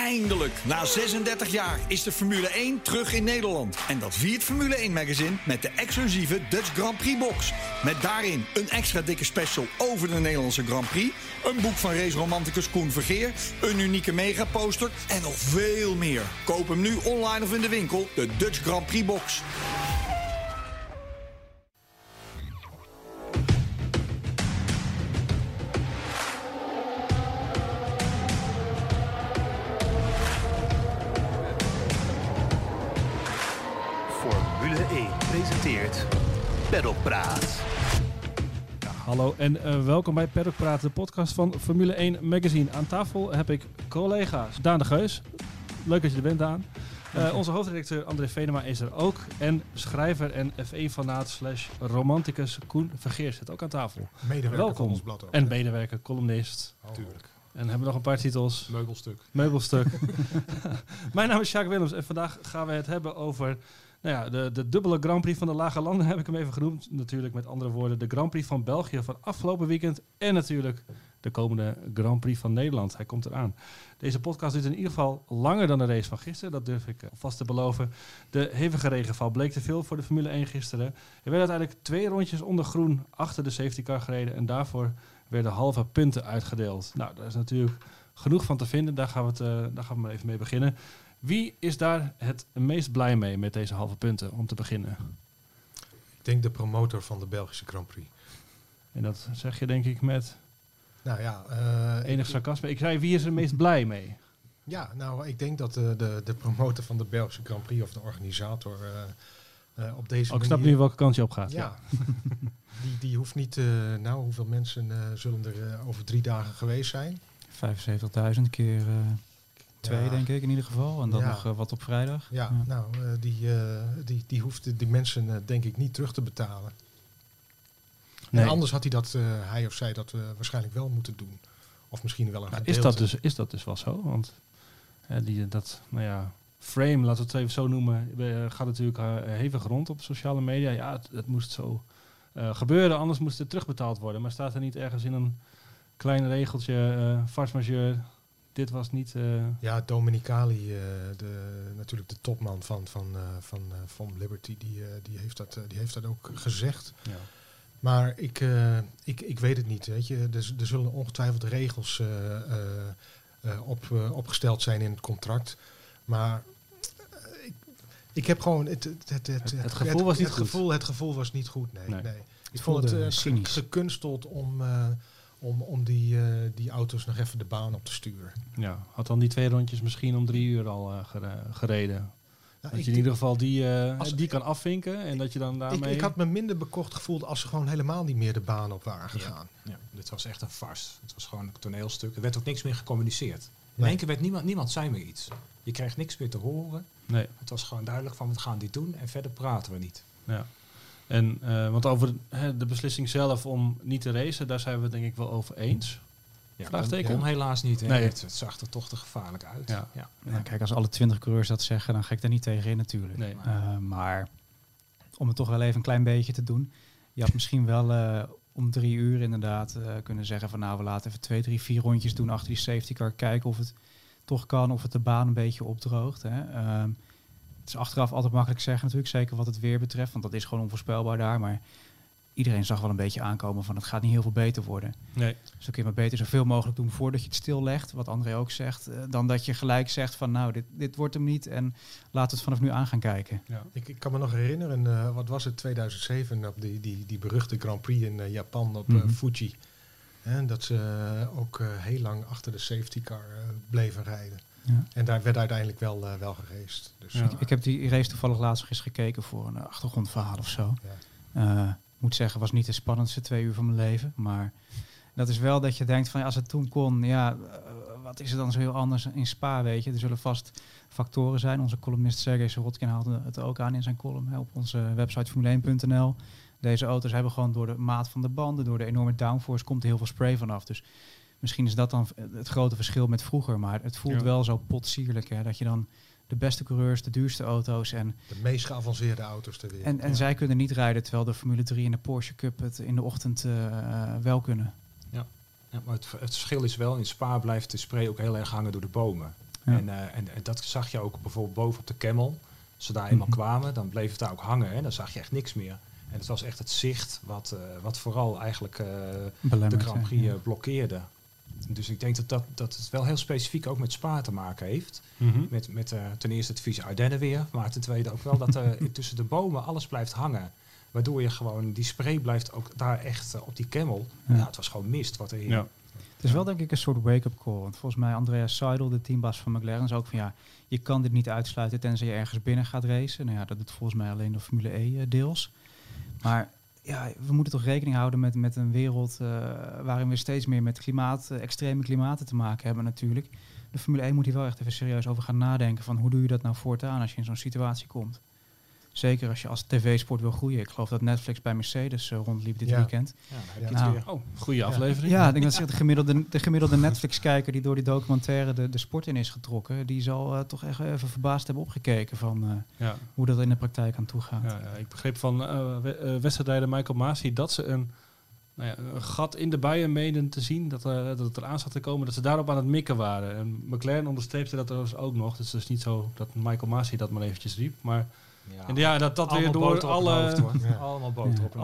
Eindelijk, na 36 jaar, is de Formule 1 terug in Nederland. En dat viert Formule 1 Magazine met de exclusieve Dutch Grand Prix box. Met daarin een extra dikke special over de Nederlandse Grand Prix, een boek van raceromanticus Koen Vergeer, een unieke megaposter en nog veel meer. Koop hem nu online of in de winkel, de Dutch Grand Prix box. Formule 1 presenteert Paddock Praat. Hallo en welkom bij Paddock Praat, de podcast van Formule 1 Magazine. Aan tafel heb ik collega's Daan de Geus. Leuk dat je er bent, Daan. Onze hoofdredacteur André Venema is er ook. En schrijver en F1-fanaat / romanticus Koen Vergeer zit ook aan tafel. Medewerker welkom. van ons blad ook. En medewerker, columnist. Tuurlijk. En hebben we nog een paar titels. Meubelstuk. Mijn naam is Sjaak Willems en vandaag gaan we het hebben over de dubbele Grand Prix van de Lage Landen, heb ik hem even genoemd. Natuurlijk met andere woorden de Grand Prix van België van afgelopen weekend. En natuurlijk de komende Grand Prix van Nederland. Hij komt eraan. Deze podcast duurt in ieder geval langer dan de race van gisteren. Dat durf ik vast te beloven. De hevige regenval bleek te veel voor de Formule 1 gisteren. Er werden uiteindelijk 2 rondjes onder groen achter de safety car gereden. En daarvoor werden halve punten uitgedeeld. Nou, daar is natuurlijk genoeg van te vinden. Daar gaan we maar even mee beginnen. Wie is daar het meest blij mee met deze halve punten, om te beginnen? Ik denk de promotor van de Belgische Grand Prix. En dat zeg je denk ik met enig sarcasme. Ik zei, wie is er het meest blij mee? Ja, nou, ik denk dat de promotor van de Belgische Grand Prix of de organisator op deze manier... Ik snap nu welke kant je op gaat. Ja, die hoeft niet... hoeveel mensen zullen er over 3 dagen geweest zijn? 75.000 keer... 2 denk ik in ieder geval. En dan nog wat op vrijdag. Ja. Die hoeft die mensen denk ik niet terug te betalen. Nee. En anders had hij of zij dat waarschijnlijk wel moeten doen. Of misschien wel een gedeelte. Is dat dus wel zo? Want frame, laten we het even zo noemen, gaat natuurlijk hevig rond op sociale media. Ja, het moest zo gebeuren, anders moest het terugbetaald worden. Maar staat er niet ergens in een klein regeltje, force majeure... Dit was niet... Ja, Domenicali, natuurlijk de topman van Liberty, die heeft dat ook gezegd. Ja. Maar ik weet het niet. Weet je. Er zullen ongetwijfeld regels opgesteld zijn in het contract. Maar ik heb gewoon... Het gevoel was niet goed. Het gevoel was niet goed, nee. Ik vond het gekunsteld om die auto's nog even de baan op te sturen. Ja, had dan die 2 rondjes misschien om 3 uur al gereden? Nou, dat je in ieder geval die kan afvinken en dat je dan daarmee... Ik had me minder bekocht gevoeld als ze gewoon helemaal niet meer de baan op waren gegaan. Ja, dit was echt een farce. Het was gewoon een toneelstuk. Er werd ook niks meer gecommuniceerd. In één keer werd niemand zei meer iets. Je krijgt niks meer te horen. Nee. Het was gewoon duidelijk van, we gaan dit doen en verder praten we niet. Ja. En want over de beslissing zelf om niet te racen, daar zijn we het denk ik wel over eens. Ja, kon helaas niet. Nee. Het zag er toch te gevaarlijk uit. Ja. Ja. Ja, kijk, als alle 20 coureurs dat zeggen, dan ga ik daar niet tegen in natuurlijk. Nee. Maar om het toch wel even een klein beetje te doen. Je had misschien wel om 3 uur inderdaad kunnen zeggen van we laten even 2, 3, 4 rondjes doen achter die safety car. Kijken of het toch kan, of het de baan een beetje opdroogt. Het is achteraf altijd makkelijk zeggen natuurlijk, zeker wat het weer betreft. Want dat is gewoon onvoorspelbaar daar. Maar iedereen zag wel een beetje aankomen van het gaat niet heel veel beter worden. Nee. Dus dan kun je maar beter zoveel mogelijk doen voordat je het stillegt. Wat André ook zegt. Dan dat je gelijk zegt van dit wordt hem niet. En laten we het vanaf nu aan gaan kijken. Ja. Ik kan me nog herinneren, wat was het, 2007 op die beruchte Grand Prix in Japan op Fuji. Dat ze ook heel lang achter de safety car bleven rijden. Ja. En daar werd uiteindelijk wel geraced. Dus, ik heb die race toevallig laatst nog eens gekeken voor een achtergrondverhaal of zo. Ja. Moet zeggen, was niet de spannendste 2 uur van mijn leven. Maar dat is wel dat je denkt van als het toen kon, wat is er dan zo heel anders in Spa, weet je. Er zullen vast factoren zijn. Onze columnist Sergej Sirotkin haalde het ook aan in zijn column op onze website formule1.nl. Deze auto's hebben gewoon door de maat van de banden, door de enorme downforce, komt er heel veel spray vanaf. Dus misschien is dat dan het grote verschil met vroeger. Maar het voelt wel zo potsierlijk, hè, dat je dan de beste coureurs, de duurste auto's en de meest geavanceerde auto's ter wereld. En zij kunnen niet rijden, terwijl de Formule 3 en de Porsche Cup het in de ochtend wel kunnen. Ja, maar het verschil is wel, in Spa blijft de spray ook heel erg hangen door de bomen. Ja. En dat zag je ook bijvoorbeeld boven op de Camel. Als ze daar eenmaal kwamen, dan bleef het daar ook hangen. En dan zag je echt niks meer. En het was echt het zicht wat vooral eigenlijk de Grand Prix blokkeerde. Dus ik denk dat het wel heel specifiek ook met Spa te maken heeft. Met ten eerste het vieze Ardennenweer. Maar ten tweede ook wel dat tussen de bomen alles blijft hangen. Waardoor je gewoon, die spray blijft ook daar echt op die Camel. Ja, het was gewoon mist wat er hier. Ja. Het is wel denk ik een soort wake-up call. Want volgens mij Andreas Seidel, de teambaas van McLaren, is ook van je kan dit niet uitsluiten tenzij je ergens binnen gaat racen. Nou ja, dat doet volgens mij alleen de Formule E deels. Maar we moeten toch rekening houden met een wereld waarin we steeds meer met extreme klimaten te maken hebben natuurlijk. De Formule 1 moet hier wel echt even serieus over gaan nadenken van hoe doe je dat nou voortaan als je in zo'n situatie komt. Zeker als je als tv-sport wil groeien. Ik geloof dat Netflix bij Mercedes rondliep dit weekend. Goede aflevering. Ja, ik denk dat de gemiddelde Netflix-kijker die door die documentaire de sport in is getrokken, die zal toch echt even verbaasd hebben opgekeken van hoe dat in de praktijk aan toe gaat. Ja, ik begreep van wedstrijdrijder Michael Masi dat ze een gat in de buien menen te zien, dat het eraan zat te komen, dat ze daarop aan het mikken waren. En McLaren onderstreepte dat dus ook nog. Dus het is niet zo dat Michael Masi dat maar eventjes riep, maar dat weer door alle... Allemaal boter op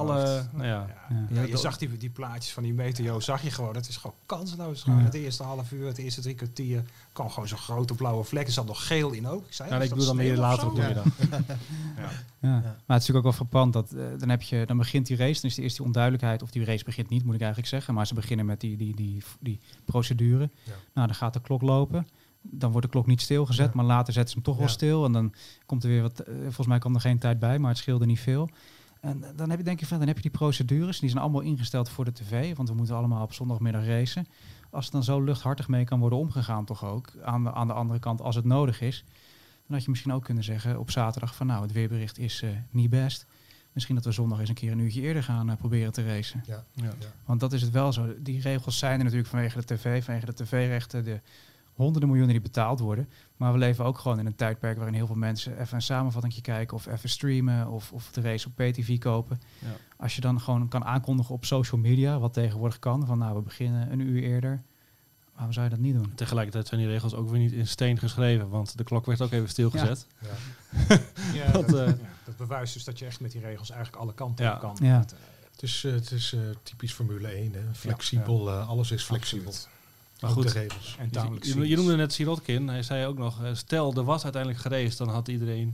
je zag die plaatjes van die Meteo, zag je gewoon, dat is gewoon kansloos. Het eerste half uur, het eerste 3 kwartier, kwam gewoon zo'n grote blauwe vlek. Er zat nog geel in ook. Ik bedoel dan meer later op de middag. Maar het is natuurlijk ook wel frappant dat dan begint die race, dan is eerst die onduidelijkheid, of die race begint niet, moet ik eigenlijk zeggen, maar ze beginnen met die procedure. Ja. Nou, dan gaat de klok lopen. Dan wordt de klok niet stilgezet, maar later zetten ze hem toch wel stil. En dan komt er weer wat, volgens mij kwam er geen tijd bij, maar het scheelde niet veel. En dan heb je die procedures, die zijn allemaal ingesteld voor de tv, want we moeten allemaal op zondagmiddag racen. Als het dan zo luchthartig mee kan worden omgegaan toch ook, aan de andere kant als het nodig is, dan had je misschien ook kunnen zeggen op zaterdag van het weerbericht is niet best. Misschien dat we zondag eens een keer een uurtje eerder gaan proberen te racen. Ja. Want dat is het wel zo. Die regels zijn er natuurlijk vanwege de tv-rechten, de honderden miljoenen die betaald worden. Maar we leven ook gewoon in een tijdperk waarin heel veel mensen even een samenvatting kijken of even streamen of de race op pay-tv kopen. Ja. Als je dan gewoon kan aankondigen op social media, wat tegenwoordig kan, van we beginnen een uur eerder. Waarom zou je dat niet doen? Tegelijkertijd zijn die regels ook weer niet in steen geschreven, want de klok werd ook even stilgezet. Ja. Dat bewijst dus dat je echt met die regels eigenlijk alle kanten op kan. Ja. Het is typisch Formule 1, hè? Flexibel, alles is flexibel. Absoluut. Maar goed, je noemde net Sirotkin. Hij zei ook nog, stel er was uiteindelijk geraced, dan had iedereen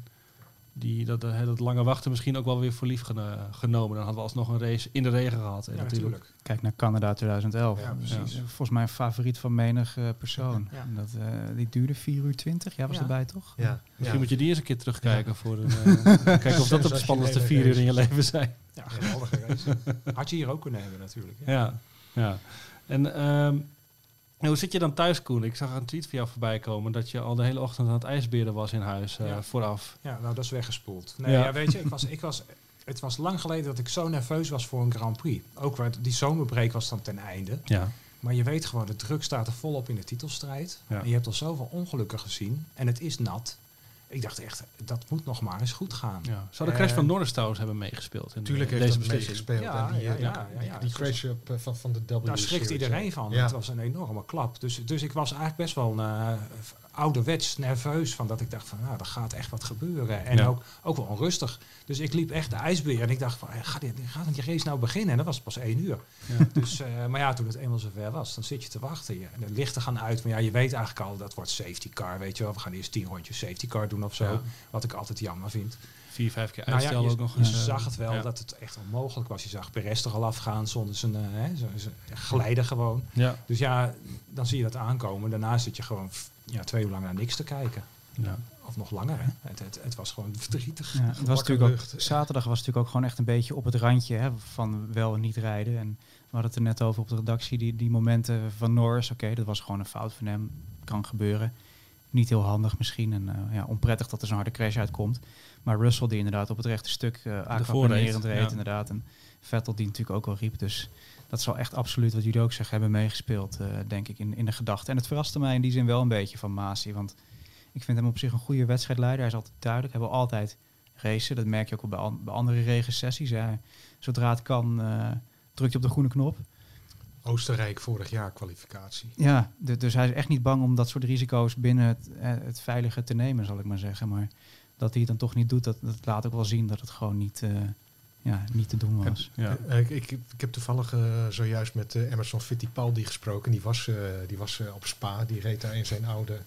dat lange wachten misschien ook wel weer voor lief genomen. Dan hadden we alsnog een race in de regen gehad. Natuurlijk. Kijk naar Canada 2011. Ja, volgens mij een favoriet van menig persoon. Ja. Die duurde 4:20. Jij was erbij, toch? Ja. Misschien moet je die eens een keer terugkijken. Voor kijken of dat de spannendste 4 uur in je leven zijn. Ja, geweldige race. Had je hier ook kunnen hebben natuurlijk. Ja. En hoe zit je dan thuis, Koen? Ik zag een tweet van jou voorbij komen dat je al de hele ochtend aan het ijsberen was in huis vooraf. Ja, nou dat is weggespoeld. Weet je, het was lang geleden dat ik zo nerveus was voor een Grand Prix. Ook die zomerbreak was dan ten einde. Ja. Maar je weet gewoon, de druk staat er volop in de titelstrijd. Ja. En je hebt al zoveel ongelukken gezien. En het is nat. Ik dacht echt, dat moet nog maar eens goed gaan. Ja. Zou de crash van Norris trouwens hebben meegespeeld? Tuurlijk heeft dat meegespeeld. Die crash van de W. Daar schrikt iedereen van. Ja. Het was een enorme klap. Dus ik was eigenlijk best wel ouderwets nerveus van dat ik dacht van, dat gaat echt wat gebeuren. En ook wel onrustig. Dus ik liep echt de ijsbeer en ik dacht van, gaat die race nou beginnen? En dat was pas 1 uur. Ja. Dus, maar toen het eenmaal zover was, dan zit je te wachten. En de lichten gaan uit, maar je weet eigenlijk al, dat wordt safety car, weet je wel. We gaan eerst 10 rondjes safety car doen of zo. Ja. Wat ik altijd jammer vind. 4-5 keer uitstel ook nog eens. Je zag het wel dat het echt onmogelijk was. Je zag Perez toch al afgaan zonder zijn glijden gewoon. Ja. Dus dan zie je dat aankomen. Daarna zit je gewoon 2 uur lang naar niks te kijken. Ja. Of nog langer, hè. Het was gewoon verdrietig. Ja, het was natuurlijk ook, zaterdag was natuurlijk ook gewoon echt een beetje op het randje van wel en niet rijden. En we hadden het er net over op de redactie, die momenten van Norris. Oké, dat was gewoon een fout van hem. Kan gebeuren. Niet heel handig misschien en onprettig dat er zo'n harde crash uitkomt. Maar Russell die inderdaad op het rechte stuk aquapanerend reed inderdaad. En Vettel die natuurlijk ook wel riep. Dus dat zal echt absoluut, wat jullie ook zeggen, hebben meegespeeld, denk ik, in de gedachten. En het verraste mij in die zin wel een beetje van Masi. Want ik vind hem op zich een goede wedstrijdleider. Hij is altijd duidelijk. Hij wil altijd racen. Dat merk je ook bij andere regensessies. Zodra het kan, drukt hij op de groene knop. Oostenrijk vorig jaar kwalificatie. Ja, dus hij is echt niet bang om dat soort risico's binnen het veilige te nemen, zal ik maar zeggen. Maar dat hij het dan toch niet doet, dat laat ook wel zien dat het gewoon niet te doen was. Ik heb toevallig zojuist met Emerson Fittipaldi gesproken. Die was op Spa. Die reed daar in zijn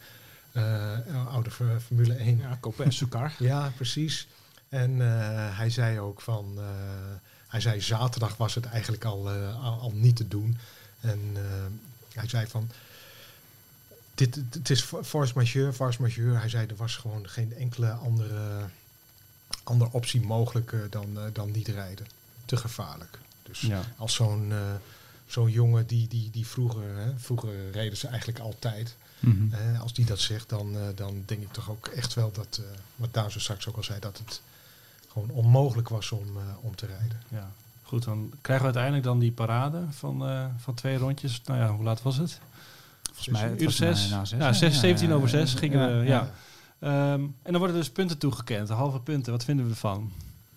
oude Formule 1. Ja, Copain-Sucar. Ja, precies. En hij zei ook van... hij zei zaterdag was het eigenlijk al niet te doen. En hij zei van... Het is force majeure. Hij zei er was gewoon geen enkele andere optie mogelijk dan niet rijden. Te gevaarlijk. Dus als zo'n jongen die vroeger reden ze eigenlijk altijd. Mm-hmm. Als die dat zegt, dan denk ik toch ook echt wel dat, wat Daan zo straks ook al zei, dat het gewoon onmogelijk was om te rijden. Ja, goed, dan krijgen we uiteindelijk dan die parade van 2 rondjes. Nou ja, hoe laat was het? Volgens mij uur 6. Ja, 17 over 6 gingen we. Ja. En dan worden dus punten toegekend, halve punten. Wat vinden we ervan?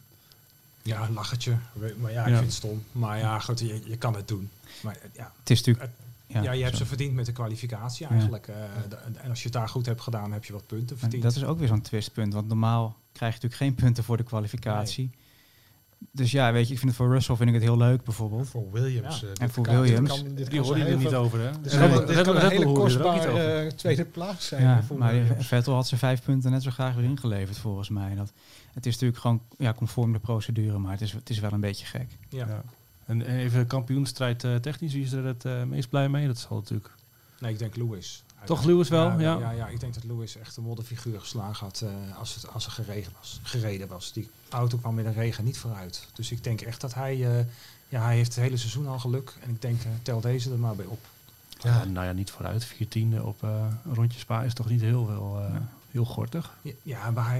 Ja, een lachertje. Maar ik vind het stom. Maar ja, goed, je kan het doen. Maar het is natuurlijk... je hebt ze verdiend met de kwalificatie eigenlijk. En als je het daar goed hebt gedaan, heb je wat punten verdiend. Dat is ook weer zo'n twistpunt. Want normaal krijg je natuurlijk geen punten voor de kwalificatie. Nee. Dus ja, weet je, ik vind het voor Russell vind ik het heel leuk bijvoorbeeld. Voor Williams. En voor Williams. Die hoor je er niet over, hè? Dit kan een hele kostbare tweede plaats zijn. Ja, maar Vettel had zijn 5 punten net zo graag weer ingeleverd volgens mij. Het is natuurlijk gewoon conform de procedure, maar het is wel een beetje gek. Ja. En even kampioenstrijd technisch, wie is er het meest blij mee? Dat zal natuurlijk... Nee, ik denk Lewis. Toch Lewis wel? Ja, ik denk dat Lewis echt een modderfiguur geslagen had als er gereden was. Die auto kwam in de regen niet vooruit. Dus ik denk echt dat hij heeft het hele seizoen al geluk. En ik denk, tel deze er maar bij op. Ja, nou ja, niet vooruit. 14e op rondje Spa is toch niet heel gortig? Ja, maar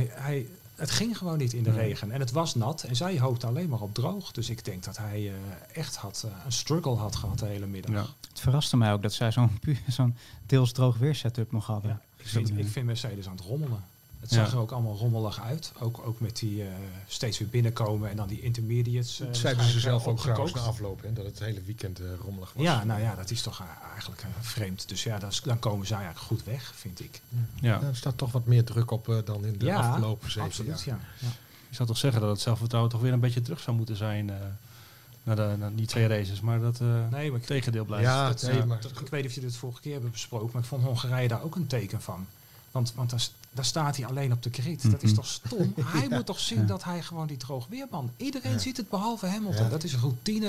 het ging gewoon niet in de regen. En het was nat. En zij hoopte alleen maar op droog. Dus ik denk dat hij echt een struggle had gehad de hele middag. Ja. Het verraste mij ook dat zij zo'n deels droog weer setup nog hadden. Ja, ik vind Mercedes aan het rommelen. Het zag er ook allemaal rommelig uit. Ook met die steeds weer binnenkomen en dan die intermediates. Dat zeiden ze zelf ook trouwens na afloop. Hè, dat het hele weekend rommelig was. Ja, nou ja, dat is toch eigenlijk vreemd. Dus ja, dan komen zij eigenlijk goed weg, vind ik. Ja. Er staat toch wat meer druk op dan in de afgelopen 7 jaar. Ja. Ik zou toch zeggen dat het zelfvertrouwen toch weer een beetje terug zou moeten zijn... naar die 2 races, maar dat het tegendeel blijft. Ja, ik weet niet of je dit vorige keer hebben besproken, maar ik vond Hongarije daar ook een teken van. Want daar staat hij alleen op de grid. Dat is toch stom? Hij moet toch zien dat hij gewoon die droog weerman... Iedereen ziet het behalve Hamilton. Ja. Dat is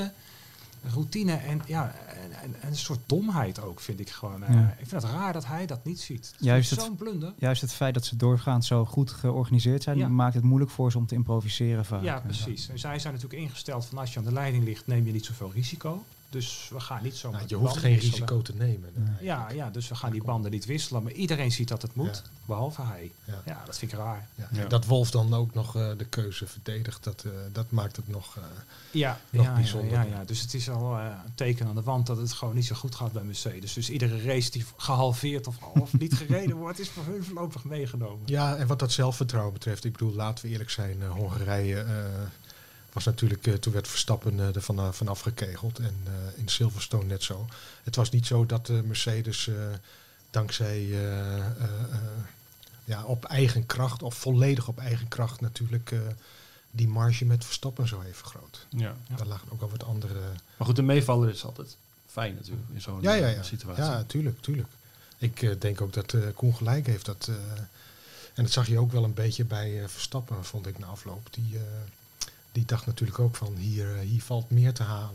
routine en een soort domheid ook, vind ik gewoon. Ik vind het raar dat hij dat niet ziet. Zo'n blunder. Juist het feit dat ze doorgaand zo goed georganiseerd zijn... maakt het moeilijk voor ze om te improviseren vaak. Ja, precies. En zij zijn natuurlijk ingesteld van als je aan de leiding ligt... neem je niet zoveel risico. Dus we gaan niet zo... je hoeft geen risico te nemen. Ja, dus we gaan die banden niet wisselen. Maar iedereen ziet dat het moet, behalve hij. Ja, dat vind ik raar. Ja. Dat Wolf dan ook nog de keuze verdedigt, dat maakt het nog bijzonder. Ja, dus het is al een teken aan de wand dat het gewoon niet zo goed gaat bij Mercedes. Dus iedere race die gehalveerd of niet gereden wordt, is voor hun voorlopig meegenomen. Ja, en wat dat zelfvertrouwen betreft, ik bedoel, laten we eerlijk zijn, Hongarije... was natuurlijk, toen werd Verstappen er vanaf gekegeld. En in Silverstone net zo. Het was niet zo dat Mercedes dankzij op eigen kracht... of volledig op eigen kracht natuurlijk... die marge met Verstappen zo heeft vergroot. Ja. Daar lagen ook al wat andere... Maar goed, de meevaller is altijd fijn natuurlijk in zo'n situatie. Ja, tuurlijk. Ik denk ook dat Koen gelijk heeft. En dat zag je ook wel een beetje bij Verstappen, vond ik na afloop. Die dacht natuurlijk ook van hier valt meer te halen.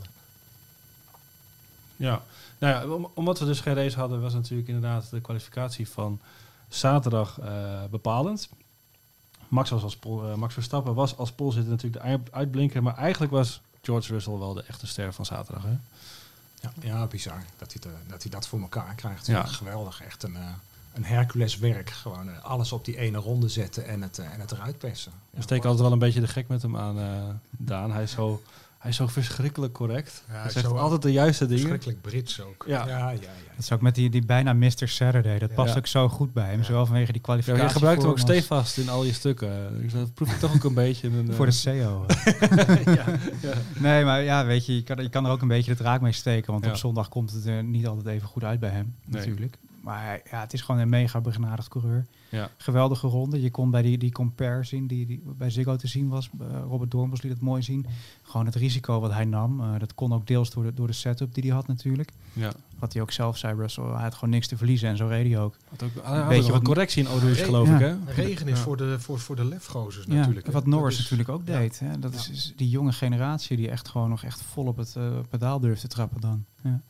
Ja, nou ja, omdat we dus geen race hadden, was natuurlijk inderdaad de kwalificatie van zaterdag bepalend. Max Verstappen was als polezitter natuurlijk de uitblinker, maar eigenlijk was George Russell wel de echte ster van zaterdag. Hè? Ja, bizar dat hij dat voor elkaar krijgt. Ja. Geweldig, echt een Hercules werk. Gewoon alles op die ene ronde zetten en het eruit persen. We steken altijd wel een beetje de gek met hem aan, Daan. Hij is zo Hij is zo verschrikkelijk correct. Ja, hij zegt altijd de juiste dingen. Verschrikkelijk Brits ook. Ja. Dat is ook met die bijna Mr. Saturday. Dat past ook zo goed bij hem. Zowel vanwege die kwalificatie. Ja, je gebruikt hem ook stevast in al je stukken. Dat proef ik toch ook een beetje. Voor de SEO. Nee, maar weet je kan er ook een beetje de draak mee steken. Want op zondag komt het er niet altijd even goed uit bij hem. Natuurlijk. Maar het is gewoon een mega begenadigd coureur. Ja. Geweldige ronde. Je kon bij die compare zien, die bij Ziggo te zien was. Robert Doornbos liet het mooi zien. Gewoon het risico wat hij nam. Dat kon ook deels door de setup die hij had natuurlijk. Ja. Wat hij ook zelf zei, Russell. Hij had gewoon niks te verliezen en zo reed hij ook. Een beetje wat correctie in Eau geloof ik. Hè? Regen is voor de lefgozers natuurlijk. Wat Norris natuurlijk ook deed. Hè? Dat is die jonge generatie die echt gewoon nog echt vol op het pedaal durft te trappen dan. Ja.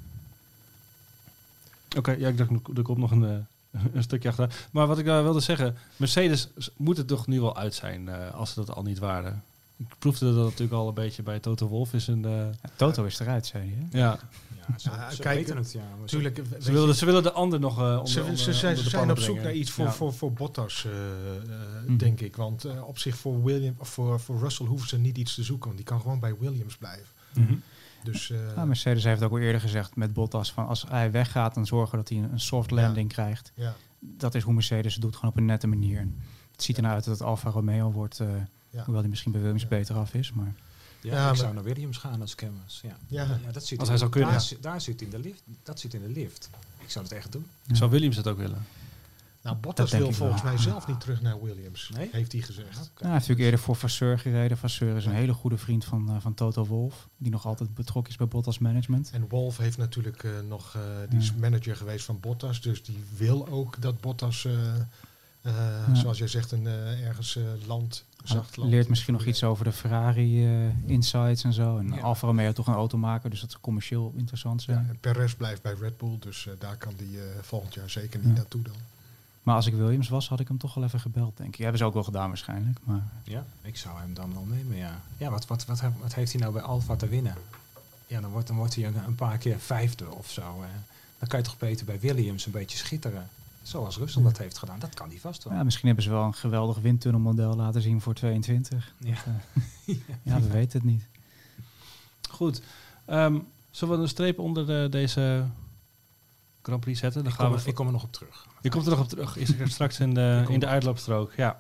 Oké, ik dacht, er komt nog een stukje achter. Maar wat ik wilde zeggen, Mercedes moet het toch nu wel uit zijn als ze dat al niet waren. Ik proefde dat natuurlijk al een beetje bij Toto Wolff. Toto is eruit, zei hij. Ja. Ze weten het, Tuurlijk, ze willen de ander nog Ze zijn op zoek naar iets voor Bottas, denk ik. Want op zich voor Russell hoeven ze niet iets te zoeken. Want die kan gewoon bij Williams blijven. Mm-hmm. Dus, Mercedes heeft ook al eerder gezegd met Bottas van als hij weggaat, dan zorgen dat hij een soft landing krijgt. Ja. Dat is hoe Mercedes het doet, gewoon op een nette manier. En het ziet ernaar uit dat het Alfa Romeo wordt, hoewel hij misschien bij Williams beter af is. Maar ik zou naar Williams gaan als ik hem was. Dat zit als hij zou kunnen. Daar zit in de lift. Dat zit in de lift. Ik zou het echt doen. Zou Williams het ook willen? Nou, Bottas wil volgens mij zelf niet terug naar Williams, heeft hij gezegd. Okay. Hij heeft natuurlijk eerder voor Vasseur gereden. Vasseur is een hele goede vriend van Toto Wolff, die nog altijd betrokken is bij Bottas management. En Wolff heeft natuurlijk die is manager geweest van Bottas, dus die wil ook dat Bottas, zoals jij zegt, ergens zacht land. Leert misschien nog iets over de Ferrari insights en zo. En Alfa Romeo toch een automaker, dus dat is commercieel interessant zijn. Ja, en Perez blijft bij Red Bull, dus daar kan die volgend jaar zeker niet naartoe dan. Maar als ik Williams was, had ik hem toch wel even gebeld, denk ik. Hebben ze ook wel gedaan waarschijnlijk. Maar ja, ik zou hem dan wel nemen, Ja, wat heeft hij nou bij Alfa te winnen? Ja, dan wordt hij een paar keer vijfde of zo. Dan kan je toch beter bij Williams een beetje schitteren. Zoals Russell dat heeft gedaan. Dat kan hij vast wel. Ja, misschien hebben ze wel een geweldig windtunnelmodel laten zien voor 22. Ja, we weten het niet. Goed. Zullen we een streep onder deze Grand Prix zetten? Ik kom er nog op terug. Je komt er nog op terug. Is er straks in de uitloopstrook. Ja.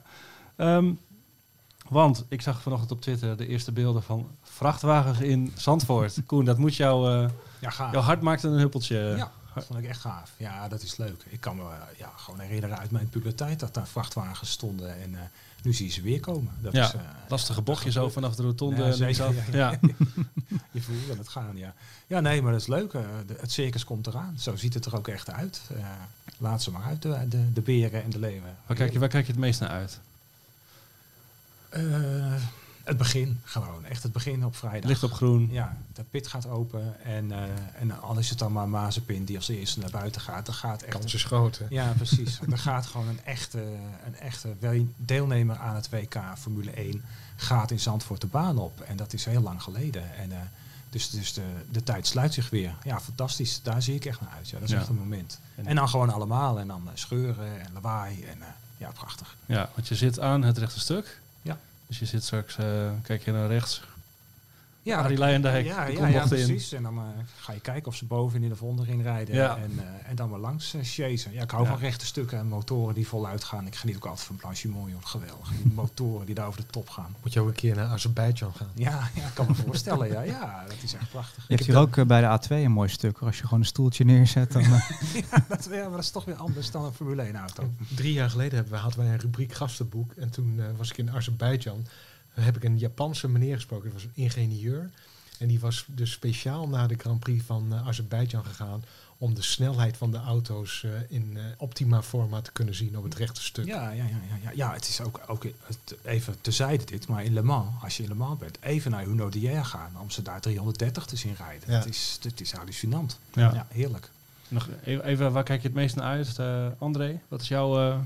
Want ik zag vanochtend op Twitter de eerste beelden van vrachtwagens in Zandvoort. Koen, dat moet jouw hart maakte een huppeltje. Ja, dat vond ik echt gaaf. Ja, dat is leuk. Ik kan me gewoon herinneren uit mijn puberteit dat daar vrachtwagens stonden. En nu zie je ze weer komen. Dat is, lastige bochtje zo vanaf de rotonde. Ja, zeker, ja. Je voelt het gaan, Ja, nee, maar dat is leuk. Het circus komt eraan. Zo ziet het er ook echt uit. Laat ze maar uit, de beren en de leeuwen. Waar kijk je het meest naar uit? Het begin gewoon. Echt het begin op vrijdag. Licht op groen. Ja, de pit gaat open. En al is het dan maar Mazepin die als eerste naar buiten gaat. Dan gaat echt kans is groot, hè? Ja, precies. Er gaat gewoon een echte deelnemer aan het WK Formule 1 gaat in Zandvoort de baan op. En dat is heel lang geleden. En dus de tijd sluit zich weer. Ja, fantastisch. Daar zie ik echt naar uit. Ja, dat is echt een moment. En dan gewoon allemaal. En dan scheuren en lawaai. En prachtig. Ja, want je zit aan het rechte stuk. Ja. Dus je zit straks, kijk je naar rechts. Ja, Arie Leijendijk. Ja, precies. En dan ga je kijken of ze bovenin of onderin rijden. Ja. En dan maar langs chasen. Ja, ik hou van rechte stukken en motoren die voluit gaan. Ik geniet ook altijd van Blanchimont, joh. Geweldig. Die motoren die daar over de top gaan. Moet je ook een keer naar Azerbeidzjan gaan? Ja, ik kan me voorstellen. Ja, dat is echt prachtig. Je hebt hier ook bij de A2 een mooi stuk. Als je gewoon een stoeltje neerzet. Dan, maar dat is toch weer anders dan een Formule 1 auto. 3 jaar geleden hadden wij een rubriek gastenboek. En toen was ik in Azerbeidzjan. Heb ik een Japanse meneer gesproken, dat was een ingenieur. En die was dus speciaal naar de Grand Prix van Azerbeidzjan gegaan om de snelheid van de auto's in optima forma te kunnen zien op het rechte stuk. Ja, het is ook even terzijde dit, maar in Le Mans, als je in Le Mans bent, even naar Huno d'Hier gaan om ze daar 330 te zien rijden. Ja. Het is hallucinant. Ja, heerlijk. Nog even, waar kijk je het meest naar uit? André, wat is jouw...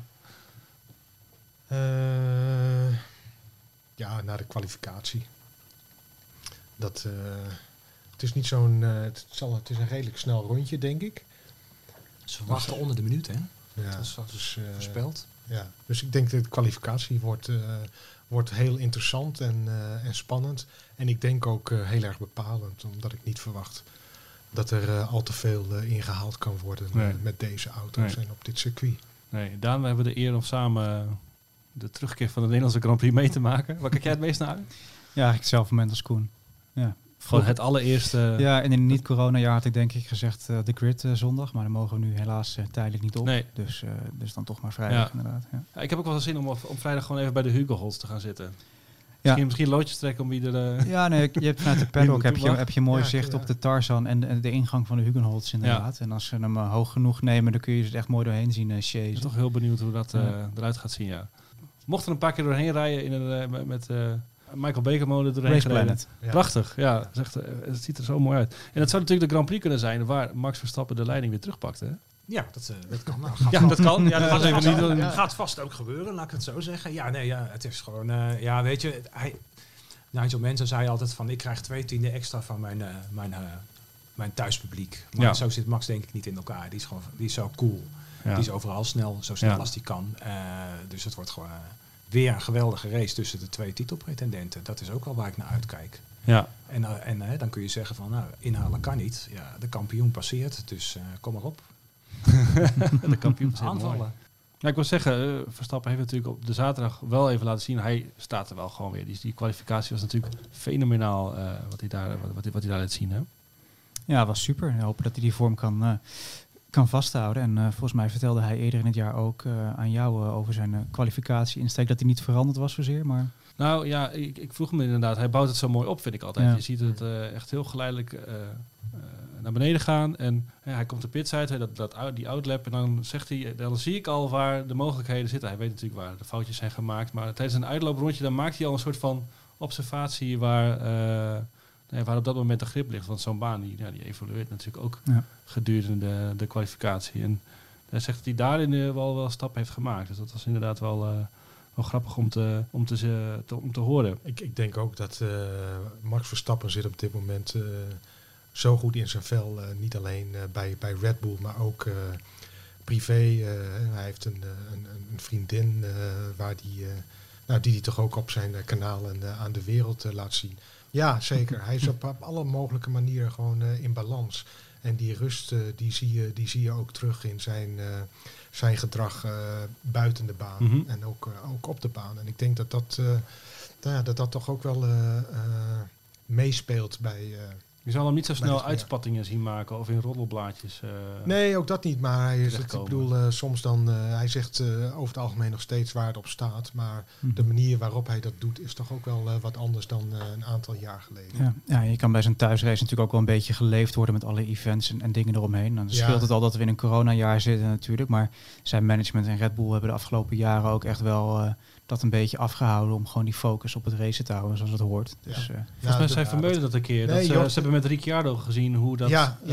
Ja, naar de kwalificatie. Het is niet zo'n... het is een redelijk snel rondje, denk ik. Ze wachten onder de minuut, hè? Ja, dat is voorspeld. Ja, dus ik denk dat de kwalificatie wordt heel interessant en spannend. En ik denk ook heel erg bepalend, omdat ik niet verwacht dat er al te veel ingehaald kan worden met deze auto's en op dit circuit. Nee, Daan, we hebben de eer om samen de terugkeer van de Nederlandse Grand Prix mee te maken. Waar kijk jij het meest naar uit? Ja, eigenlijk hetzelfde moment als Koen. Ja. Gewoon het allereerste... Ja, en in een niet-corona-jaar had ik denk ik gezegd de grid zondag. Maar dan mogen we nu helaas tijdelijk niet op. Nee. Dus dan toch maar vrijdag inderdaad. Ja. Ja, ik heb ook wel zin om vrijdag gewoon even bij de Hugo-Holz te gaan zitten. Misschien loodjes trekken om wie er... Ja, nee, je hebt vanuit de paddock heb je mooi zicht op de Tarzan en de ingang van de Hugenholz inderdaad. Ja. En als ze hem hoog genoeg nemen, dan kun je ze echt mooi doorheen zien. Ik ben toch heel benieuwd hoe dat eruit gaat zien, ja. Mocht er een paar keer doorheen rijden met Michael Bekermolen doorheen Race Planet. Ja. Prachtig, ja. Het ziet er zo mooi uit. En dat zou natuurlijk de Grand Prix kunnen zijn waar Max Verstappen de leiding weer terugpakt, hè? Ja, dat kan. Dat kan. Ja, dat gaat vast ook gebeuren, laat ik het zo zeggen. Ja, het is gewoon... weet je... Nigel Mansell zei altijd van... ik krijg 2 tienden extra van mijn thuispubliek. Maar zo zit Max denk ik niet in elkaar. Die is zo cool. Ja. Die is overal snel, zo snel als die kan. Dus het wordt gewoon weer een geweldige race tussen de 2 titelpretendenten. Dat is ook wel waar ik naar uitkijk. Ja. En dan kun je zeggen van... inhalen kan niet. Ja, de kampioen passeert, dus kom maar op. De kampioen aanvallen. Ja, ik wil zeggen, Verstappen heeft natuurlijk op de zaterdag wel even laten zien. Hij staat er wel gewoon weer. Die kwalificatie was natuurlijk fenomenaal wat hij daar liet zien. Hè? Ja, was super. We hopen dat hij die vorm kan vasthouden. En volgens mij vertelde hij eerder in het jaar ook aan jou over zijn kwalificatie-insteek dat hij niet veranderd was zozeer. Maar... Nou ja, ik vroeg me inderdaad. Hij bouwt het zo mooi op, vind ik altijd. Ja. Je ziet het echt heel geleidelijk naar beneden gaan. En hij komt de pits uit, die outlap. En dan zegt hij, dan zie ik al waar de mogelijkheden zitten. Hij weet natuurlijk waar de foutjes zijn gemaakt. Maar tijdens een uitlooprondje, dan maakt hij al een soort van observatie waar op dat moment de grip ligt. Want zo'n baan, die evolueert natuurlijk ook gedurende de kwalificatie. En hij zegt dat hij daarin wel stappen heeft gemaakt. Dus dat was inderdaad wel grappig om te horen. Ik denk ook dat Max Verstappen zit op dit moment zo goed in zijn vel. Niet alleen bij Red Bull, maar ook privé. Hij heeft een vriendin waar die hij toch ook op zijn kanaal en aan de wereld laat zien. Ja, zeker. Hij is op alle mogelijke manieren gewoon in balans. En die rust die zie je ook terug in zijn gedrag buiten de baan en ook op de baan. En ik denk dat toch ook wel meespeelt bij... Je zal hem niet zo snel uitspattingen zien maken of in roddelblaadjes. Nee, ook dat niet. Maar hij soms dan... hij zegt over het algemeen nog steeds waar het op staat. Maar de manier waarop hij dat doet is toch ook wel wat anders dan een aantal jaar geleden. Ja, je kan bij zijn thuisrace natuurlijk ook wel een beetje geleefd worden met alle events en dingen eromheen. Dan scheelt het al dat we in een coronajaar zitten natuurlijk. Maar zijn management en Red Bull hebben de afgelopen jaren ook echt wel... dat een beetje afgehouden om gewoon die focus op het racen te houden zoals het hoort. Ja. Dus, volgens mij zei Vermeulen dat een keer. Ze hebben met Ricciardo gezien hoe dat...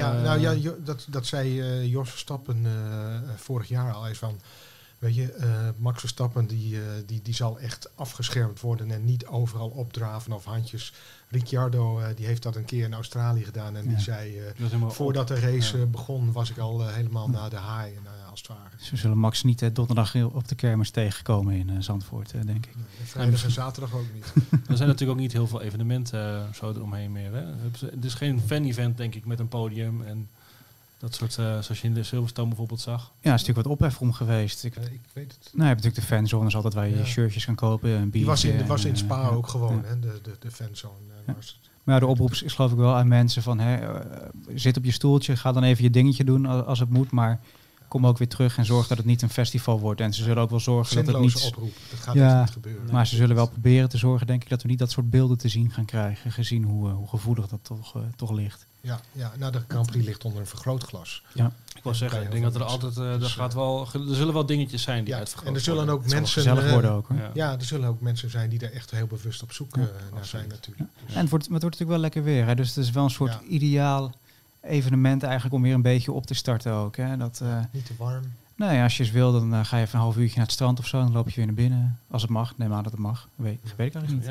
Dat zei Jos Verstappen vorig jaar al eens van... Weet je, Max Verstappen die zal echt afgeschermd worden en niet overal opdraven of handjes. Ricciardo die heeft dat een keer in Australië gedaan en die zei... voordat de race begon was ik al helemaal naar de haai. Als het ware. Ze zullen Max niet donderdag op de kermis tegenkomen in Zandvoort, denk ik. Nee, vrijdag en zaterdag ook niet. Er zijn natuurlijk ook niet heel veel evenementen zo eromheen meer. Hè? Het is geen fan-event, denk ik, met een podium en dat soort, zoals je in de Silverstone bijvoorbeeld zag. Ja, er is natuurlijk wat ophef om geweest. Ik weet het. Nou, je hebt natuurlijk de fanzone, altijd waar je shirtjes kan kopen. Een biertje. Die was in Spa ook gewoon, hè, de fanzone. Maar de oproep is geloof ik wel aan mensen van... zit op je stoeltje, ga dan even je dingetje doen als het moet, maar... Kom ook weer terug en zorg dat het niet een festival wordt. En ze zullen ook wel zorgen dat het niet... oproep. Dat gaat echt niet gebeuren. Maar ze zullen wel proberen te zorgen, denk ik, dat we niet dat soort beelden te zien gaan krijgen. Gezien hoe gevoelig dat toch ligt. Ja, de Grand Prix ligt onder een vergrootglas. Ja. Ik wil zeggen, ik denk dat er altijd... er zullen wel dingetjes zijn die uitvergroot worden. En er zullen ook mensen... gezellig worden ook, hoor. Ja, er zullen ook mensen zijn die er echt heel bewust op zoek naar zijn natuurlijk. Ja. En het wordt natuurlijk wel lekker weer. Hè? Dus het is wel een soort ideaal... evenement eigenlijk om weer een beetje op te starten ook. Hè? Niet te warm. Nee, als je eens wil, dan ga je even een half uurtje naar het strand of zo. Dan loop je weer naar binnen. Als het mag. Neem aan dat het mag. Weet ik eigenlijk niet. Ja,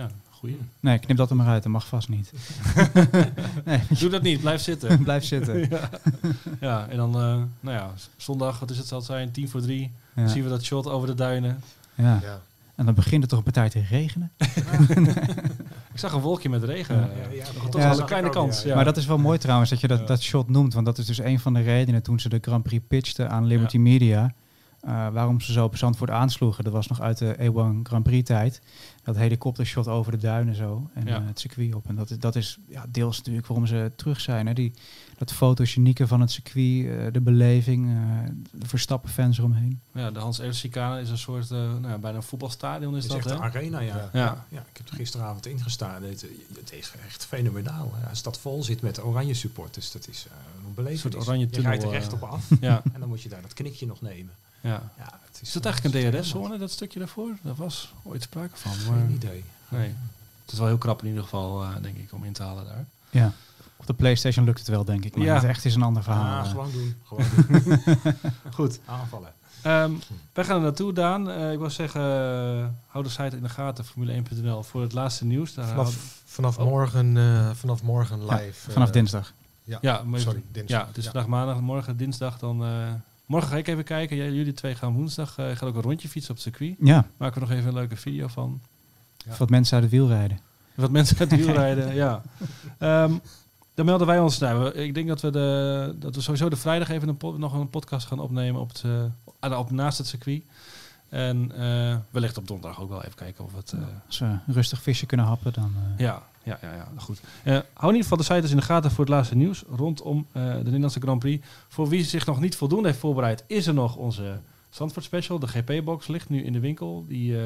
goeie. Nee, knip dat er maar uit. Dat mag vast niet. Nee. Doe dat niet. Blijf zitten. Blijf zitten. Ja, en dan zondag, wat is het zal zijn, 2:50. Ja. Zien we dat shot over de duinen. Ja. En dan begint het toch op een tijd te regenen. Ik zag een wolkje met regen. Dat was wel een kleine kans. Ja. Maar dat is wel mooi trouwens dat je dat shot noemt. Want dat is dus een van de redenen toen ze de Grand Prix pitchten aan Liberty Media. Waarom ze zo op Zandvoort aansloegen. Dat was nog uit de E1 Grand Prix tijd. Dat helikoptershot over de duinen zo. En het circuit op. En dat is deels natuurlijk waarom ze terug zijn. Hè. Dat fotogenieke van het circuit. De beleving. De Verstappen-fans eromheen. Ja, de Hans Ernst-chicane is een soort bijna een voetbalstadion. Is dat echt een arena, ja. Ik heb er gisteravond ingestaan. Het is echt fenomenaal. Hè. Als dat vol zit met oranje supporters. Dat is een beleving. Een soort oranje tunnel. Je rijdt er recht op af. En dan moet je daar dat knikje nog nemen. Ja. Is dat eigenlijk een DRS-zone, dat stukje daarvoor? Daar was ooit sprake van. Geen idee. Nee. Het is wel heel krap in ieder geval, denk ik, om in te halen daar. Ja. Op de PlayStation lukt het wel, denk ik. Maar het echt is een ander verhaal. Gewoon doen. Goed. Aanvallen. Wij gaan er naartoe, Daan. Ik wil zeggen, hou de site in de gaten, formule1.nl, voor het laatste nieuws. Vanaf morgen live. Vanaf dinsdag. Dinsdag. Ja, het is vandaag maandag, morgen dinsdag. Dan, morgen ga ik even kijken. Jullie twee gaan woensdag. Gaat ook een rondje fietsen op het circuit. Ja. Maken we nog even een leuke video van. Ja. Wat mensen uit het wiel rijden. Ja. Dan melden wij ons. Ik denk dat we sowieso de vrijdag even nog een podcast gaan opnemen naast het circuit. En wellicht op donderdag ook wel even kijken of het... Als we rustig visje kunnen happen, dan... Ja, goed. Hou in ieder geval de site in de gaten voor het laatste nieuws rondom de Nederlandse Grand Prix. Voor wie zich nog niet voldoende heeft voorbereid, is er nog onze Zandvoort Special. De GP-box ligt nu in de winkel. Die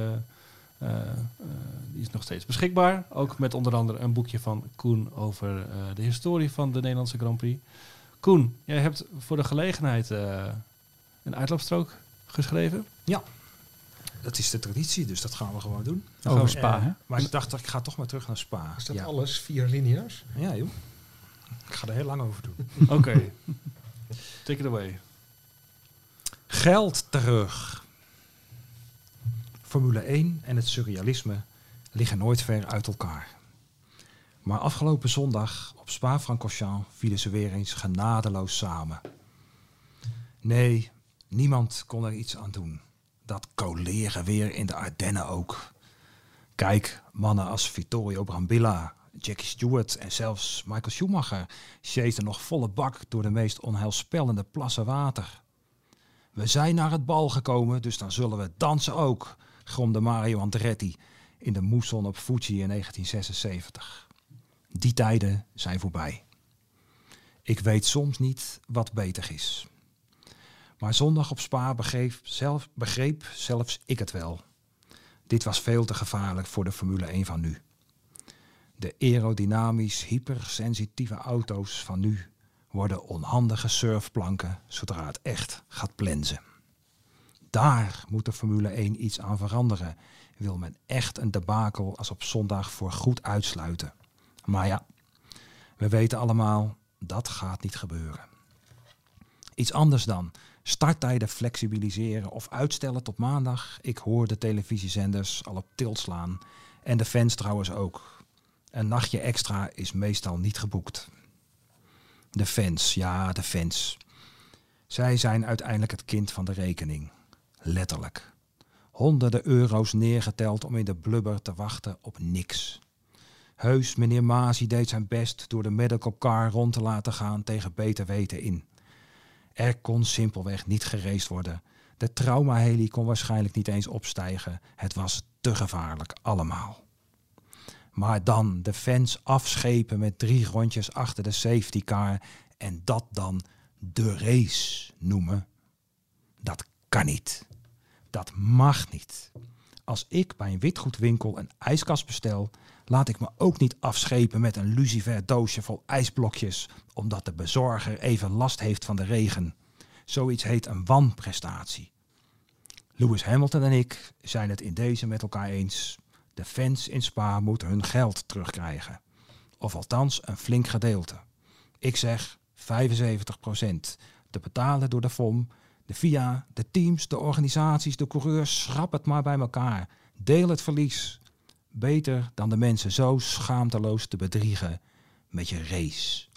is nog steeds beschikbaar. Ook met onder andere een boekje van Koen over de historie van de Nederlandse Grand Prix. Koen, jij hebt voor de gelegenheid een uitloopstrook geschreven. Ja. Dat is de traditie, dus dat gaan we gewoon doen. Over Spa, hè? Maar ik dacht, ik ga toch maar terug naar Spa. Is dat alles 4 linea's? Ja, joh. Ik ga er heel lang over doen. Oké. Take it away. Geld terug. Formule 1 en het surrealisme liggen nooit ver uit elkaar. Maar afgelopen zondag op Spa-Francorchamps vielen ze weer eens genadeloos samen. Nee, niemand kon er iets aan doen. Dat coleren weer in de Ardennen ook. Kijk, mannen als Vittorio Brambilla, Jackie Stewart en zelfs Michael Schumacher sjeten nog volle bak door de meest onheilspellende plassen water. We zijn naar het bal gekomen, dus dan zullen we dansen ook, gromde Mario Andretti in de moesson op Fuji in 1976. Die tijden zijn voorbij. Ik weet soms niet wat beter is. Maar zondag op Spa begreep zelfs ik het wel. Dit was veel te gevaarlijk voor de Formule 1 van nu. De aerodynamisch hypersensitieve auto's van nu worden onhandige surfplanken zodra het echt gaat plensen. Daar moet de Formule 1 iets aan veranderen. Wil men echt een debakel als op zondag voor goed uitsluiten. Maar ja, we weten allemaal, dat gaat niet gebeuren. Iets anders dan starttijden flexibiliseren of uitstellen tot maandag. Ik hoor de televisiezenders al op tilt slaan. En de fans trouwens ook. Een nachtje extra is meestal niet geboekt. De fans, ja, de fans. Zij zijn uiteindelijk het kind van de rekening. Letterlijk. Honderden euro's neergeteld om in de blubber te wachten op niks. Heus, meneer Masi deed zijn best door de medical car rond te laten gaan tegen beter weten in. Er kon simpelweg niet geraced worden. De traumaheli kon waarschijnlijk niet eens opstijgen. Het was te gevaarlijk allemaal. Maar dan de fans afschepen met 3 rondjes achter de safety car en dat dan de race noemen. Dat kan niet. Dat mag niet. Als ik bij een witgoedwinkel een ijskast bestel, laat ik me ook niet afschepen met een lucifer doosje vol ijsblokjes, omdat de bezorger even last heeft van de regen. Zoiets heet een wanprestatie. Lewis Hamilton en ik zijn het in deze met elkaar eens. De fans in Spa moeten hun geld terugkrijgen. Of althans een flink gedeelte. Ik zeg 75%. Te betalen door de FOM, de FIA, de teams, de organisaties, de coureurs. Schrap het maar bij elkaar. Deel het verlies. beter dan de mensen zo schaamteloos te bedriegen met je race.